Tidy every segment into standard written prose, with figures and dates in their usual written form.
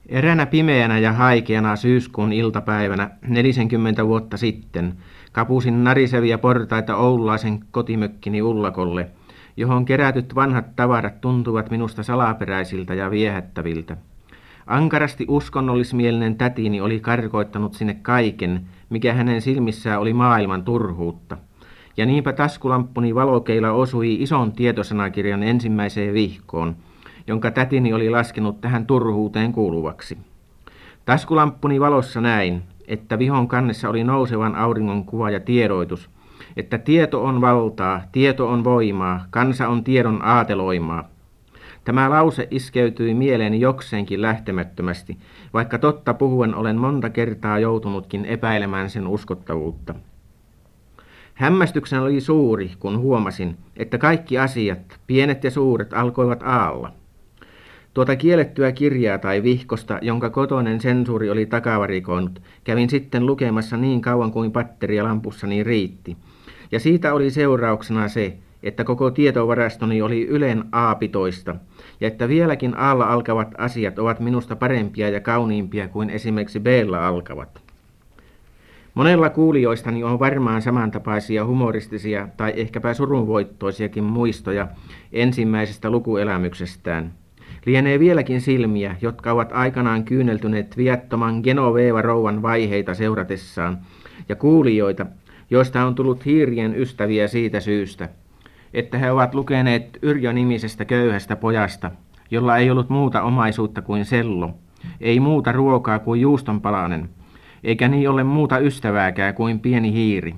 Eräänä pimeänä ja haikeana syyskuun iltapäivänä 40 vuotta sitten kapusin narisevia portaita oululaisen kotimökkini Ullakolle, johon kerätyt vanhat tavarat tuntuvat minusta salaperäisiltä ja viehättäviltä. Ankarasti uskonnollismielinen tätini oli karkoittanut sinne kaiken, mikä hänen silmissään oli maailman turhuutta. Ja niinpä taskulamppuni valokeila osui ison tietosanakirjan ensimmäiseen vihkoon, jonka tätini oli laskenut tähän turhuuteen kuuluvaksi. Taskulamppuni valossa näin, että vihon kannessa oli nousevan auringon kuva ja tiedoitus, että tieto on valtaa, tieto on voimaa, kansa on tiedon aateloimaa. Tämä lause iskeytyi mieleeni jokseenkin lähtemättömästi, vaikka totta puhuen olen monta kertaa joutunutkin epäilemään sen uskottavuutta. Hämmästyksen oli suuri, kun huomasin, että kaikki asiat, pienet ja suuret, alkoivat aalla. Tuota kiellettyä kirjaa tai vihkosta, jonka kotoinen sensuuri oli takavarikoinut, kävin sitten lukemassa niin kauan kuin patteria lampussani riitti. Ja siitä oli seurauksena se, että koko tietovarastoni oli ylen A-pitoista, ja että vieläkin A:lla alkavat asiat ovat minusta parempia ja kauniimpia kuin esimerkiksi B:llä alkavat. Monella kuulijoistani on varmaan samantapaisia humoristisia tai ehkäpä surunvoittoisiakin muistoja ensimmäisestä lukuelämyksestään. Lienee vieläkin silmiä, jotka ovat aikanaan kyyneltyneet viattoman Genoveva-rouvan vaiheita seuratessaan, ja kuulijoita, joista on tullut hiirien ystäviä siitä syystä, että he ovat lukeneet Yrjö-nimisestä köyhästä pojasta, jolla ei ollut muuta omaisuutta kuin sello, ei muuta ruokaa kuin juustonpalanen, eikä niin ole muuta ystävääkään kuin pieni hiiri.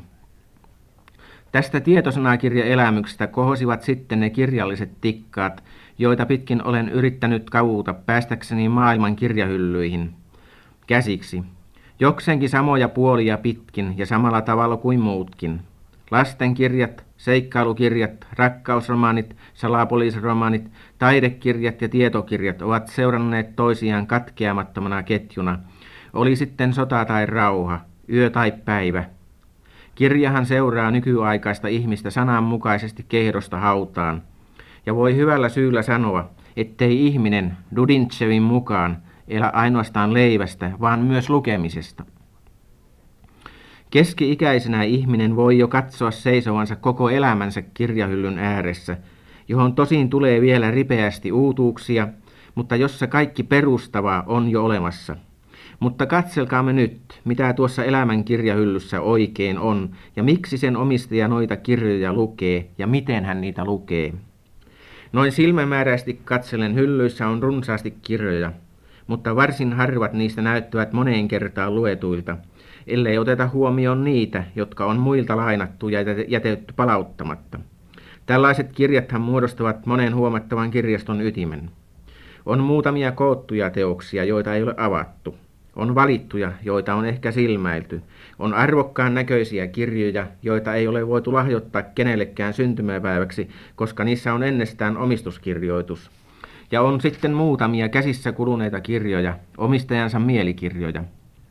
Tästä tietosanakirjaelämyksestä kohosivat sitten ne kirjalliset tikkaat, joita pitkin olen yrittänyt kavuta päästäkseni maailman kirjahyllyihin käsiksi. Jokseenkin samoja puolia pitkin ja samalla tavalla kuin muutkin. Lastenkirjat, seikkailukirjat, rakkausromaanit, salapoliisiromaanit, taidekirjat ja tietokirjat ovat seuranneet toisiaan katkeamattomana ketjuna. Oli sitten sota tai rauha, yö tai päivä. Kirjahan seuraa nykyaikaista ihmistä sananmukaisesti kehdosta hautaan. Ja voi hyvällä syyllä sanoa, ettei ihminen Dudintševin mukaan elä ainoastaan leivästä, vaan myös lukemisesta. Keski-ikäisenä ihminen voi jo katsoa seisovansa koko elämänsä kirjahyllyn ääressä, johon tosin tulee vielä ripeästi uutuuksia, mutta jossa kaikki perustavaa on jo olemassa. Mutta katselkaamme nyt, mitä tuossa elämän kirjahyllyssä oikein on, ja miksi sen omistaja noita kirjoja lukee, ja miten hän niitä lukee. Noin silmämääräisesti katsellen hyllyissä on runsaasti kirjoja, mutta varsin harvat niistä näyttävät moneen kertaan luetuilta, ellei oteta huomioon niitä, jotka on muilta lainattu ja jätetty palauttamatta. Tällaiset kirjathan muodostavat monen huomattavan kirjaston ytimen. On muutamia koottuja teoksia, joita ei ole avattu. On valittuja, joita on ehkä silmäilty. On arvokkaan näköisiä kirjoja, joita ei ole voitu lahjoittaa kenellekään syntymäpäiväksi, koska niissä on ennestään omistuskirjoitus. Ja on sitten muutamia käsissä kuluneita kirjoja, omistajansa mielikirjoja.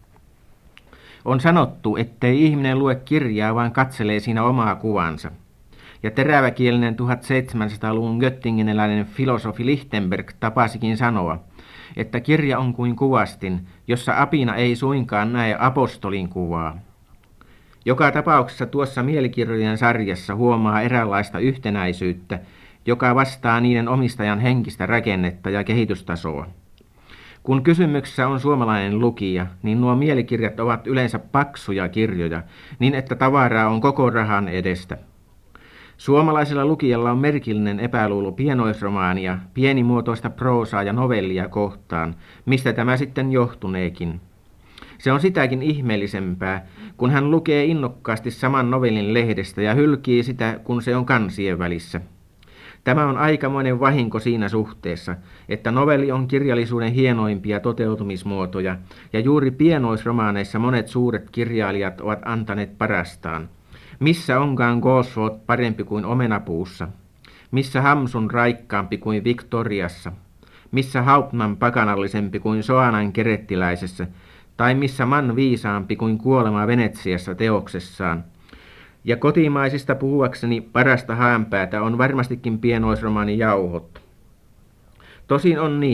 On sanottu, ettei ihminen lue kirjaa, vaan katselee siinä omaa kuvansa. Ja teräväkielinen 1700-luvun göttingeniläinen filosofi Lichtenberg tapasikin sanoa, että kirja on kuin kuvastin, jossa apina ei suinkaan näe apostolin kuvaa. Joka tapauksessa tuossa mielikirjojen sarjassa huomaa eräänlaista yhtenäisyyttä, joka vastaa niiden omistajan henkistä rakennetta ja kehitystasoa. Kun kysymyksessä on suomalainen lukija, niin nuo mielikirjat ovat yleensä paksuja kirjoja, niin että tavaraa on koko rahan edestä. Suomalaisella lukijalla on merkillinen epäluulo pienoisromaania, pienimuotoista proosaa ja novellia kohtaan, mistä tämä sitten johtuneekin. Se on sitäkin ihmeellisempää, kun hän lukee innokkaasti saman novellin lehdestä ja hylkii sitä, kun se on kansien välissä. Tämä on aikamoinen vahinko siinä suhteessa, että novelli on kirjallisuuden hienoimpia toteutumismuotoja, ja juuri pienoisromaaneissa monet suuret kirjailijat ovat antaneet parastaan. Missä onkaan Goswald parempi kuin Omenapuussa? Missä Hamsun raikkaampi kuin Victoriassa? Missä Hauptmann pakanallisempi kuin Soanan kerettiläisessä? Tai missä Mann viisaampi kuin Kuolema Venetsiassa teoksessaan? Ja kotimaisista puhuakseni parasta haanpäätä on varmastikin pienoisromaani Jauhot. Tosin on niin,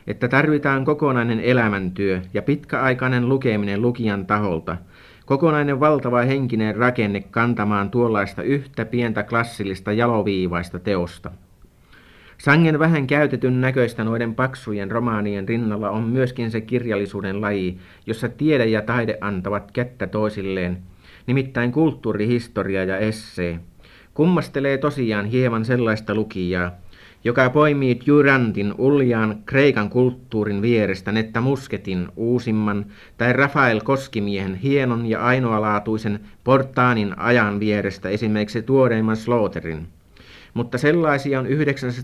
että tarvitaan kokonainen elämäntyö ja pitkäaikainen lukeminen lukijan taholta, kokonainen valtava henkinen rakenne kantamaan tuollaista yhtä pientä klassillista jaloviivaista teosta. Sangen vähän käytetyn näköistä noiden paksujen romaanien rinnalla on myöskin se kirjallisuuden laji, jossa tiede ja taide antavat kättä toisilleen, nimittäin kulttuurihistoria ja essee. Kummastelee tosiaan hieman sellaista lukijaa, joka poimii Durantin uljaan Kreikan kulttuurin vierestä Netta Musketin uusimman tai Rafael Koskimiehen hienon ja ainoalaatuisen Portaanin ajan vierestä esimerkiksi tuoreimman Slaughterin. Mutta sellaisia on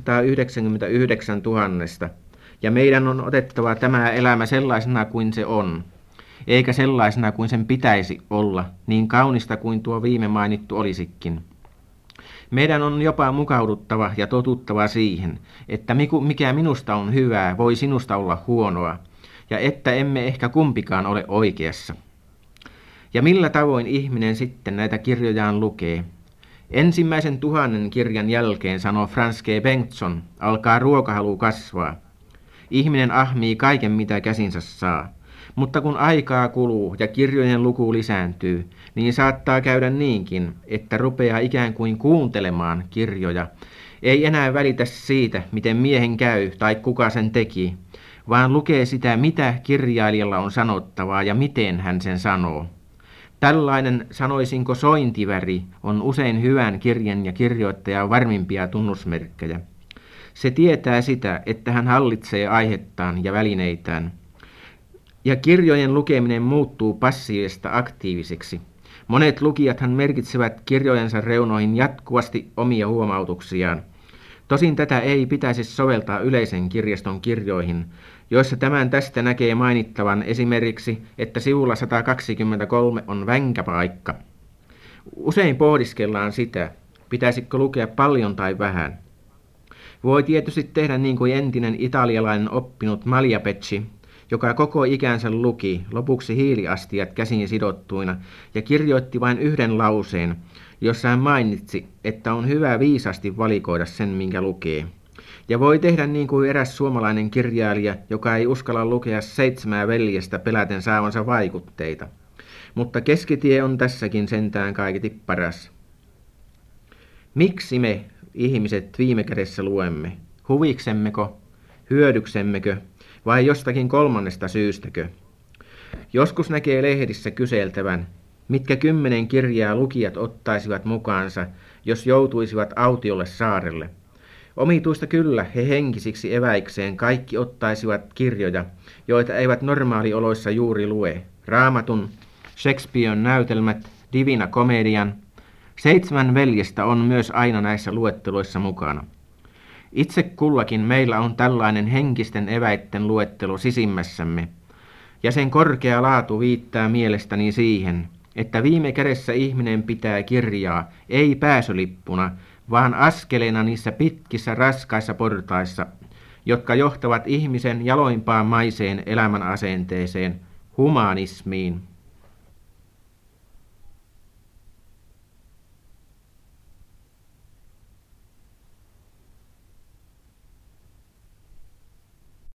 999 000, ja meidän on otettava tämä elämä sellaisena kuin se on, eikä sellaisena kuin sen pitäisi olla, niin kaunista kuin tuo viime mainittu olisikin. Meidän on jopa mukauduttava ja totuttava siihen, että mikä minusta on hyvää, voi sinusta olla huonoa, ja että emme ehkä kumpikaan ole oikeassa. Ja millä tavoin ihminen sitten näitä kirjojaan lukee? Ensimmäisen 1000 kirjan jälkeen, sanoo Frans G. Bengtsson, alkaa ruokahalu kasvaa. Ihminen ahmii kaiken, mitä käsinsä saa. Mutta kun aikaa kuluu ja kirjojen luku lisääntyy, niin saattaa käydä niinkin, että rupeaa ikään kuin kuuntelemaan kirjoja. Ei enää välitä siitä, miten miehen käy tai kuka sen teki, vaan lukee sitä, mitä kirjailijalla on sanottavaa ja miten hän sen sanoo. Tällainen, sanoisinko sointiväri, on usein hyvän kirjan ja kirjoittajan varmimpia tunnusmerkkejä. Se tietää sitä, että hän hallitsee aihettaan ja välineitään. Ja kirjojen lukeminen muuttuu passiivista aktiiviseksi. Monet lukijathan merkitsevät kirjojensa reunoihin jatkuvasti omia huomautuksiaan. Tosin tätä ei pitäisi soveltaa yleisen kirjaston kirjoihin, joissa tämän tästä näkee mainittavan esimerkiksi, että sivulla 123 on vänkäpaikka. Usein pohdiskellaan sitä, pitäisikö lukea paljon tai vähän. Voi tietysti tehdä niin kuin entinen italialainen oppinut Magliapecci, joka koko ikänsä luki, lopuksi hiiliastiat käsiin sidottuina, ja kirjoitti vain yhden lauseen, jossa hän mainitsi, että on hyvä viisasti valikoida sen, minkä lukee. Ja voi tehdä niin kuin eräs suomalainen kirjailija, joka ei uskalla lukea 7 veljestä peläten saavansa vaikutteita. Mutta keskitie on tässäkin sentään kaiketi paras. Miksi me, ihmiset, viime kädessä luemme? Huviksemmeko? Hyödyksemmekö? Vai jostakin kolmannesta syystäkö? Joskus näkee lehdissä kyseltävän, mitkä 10 kirjaa lukijat ottaisivat mukaansa, jos joutuisivat autiolle saarelle. Omituista kyllä he henkisiksi eväikseen kaikki ottaisivat kirjoja, joita eivät normaalioloissa juuri lue. Raamatun, Shakespearen näytelmät, Divina Comedian. 7 veljestä on myös aina näissä luetteloissa mukana. Itse kullakin meillä on tällainen henkisten eväitten luettelo sisimmässämme, ja sen korkea laatu viittaa mielestäni siihen, että viime kädessä ihminen pitää kirjaa ei pääsylippuna, vaan askeleena niissä pitkissä raskaissa portaissa, jotka johtavat ihmisen jaloimpaan maiseen elämän asenteeseen, humanismiin.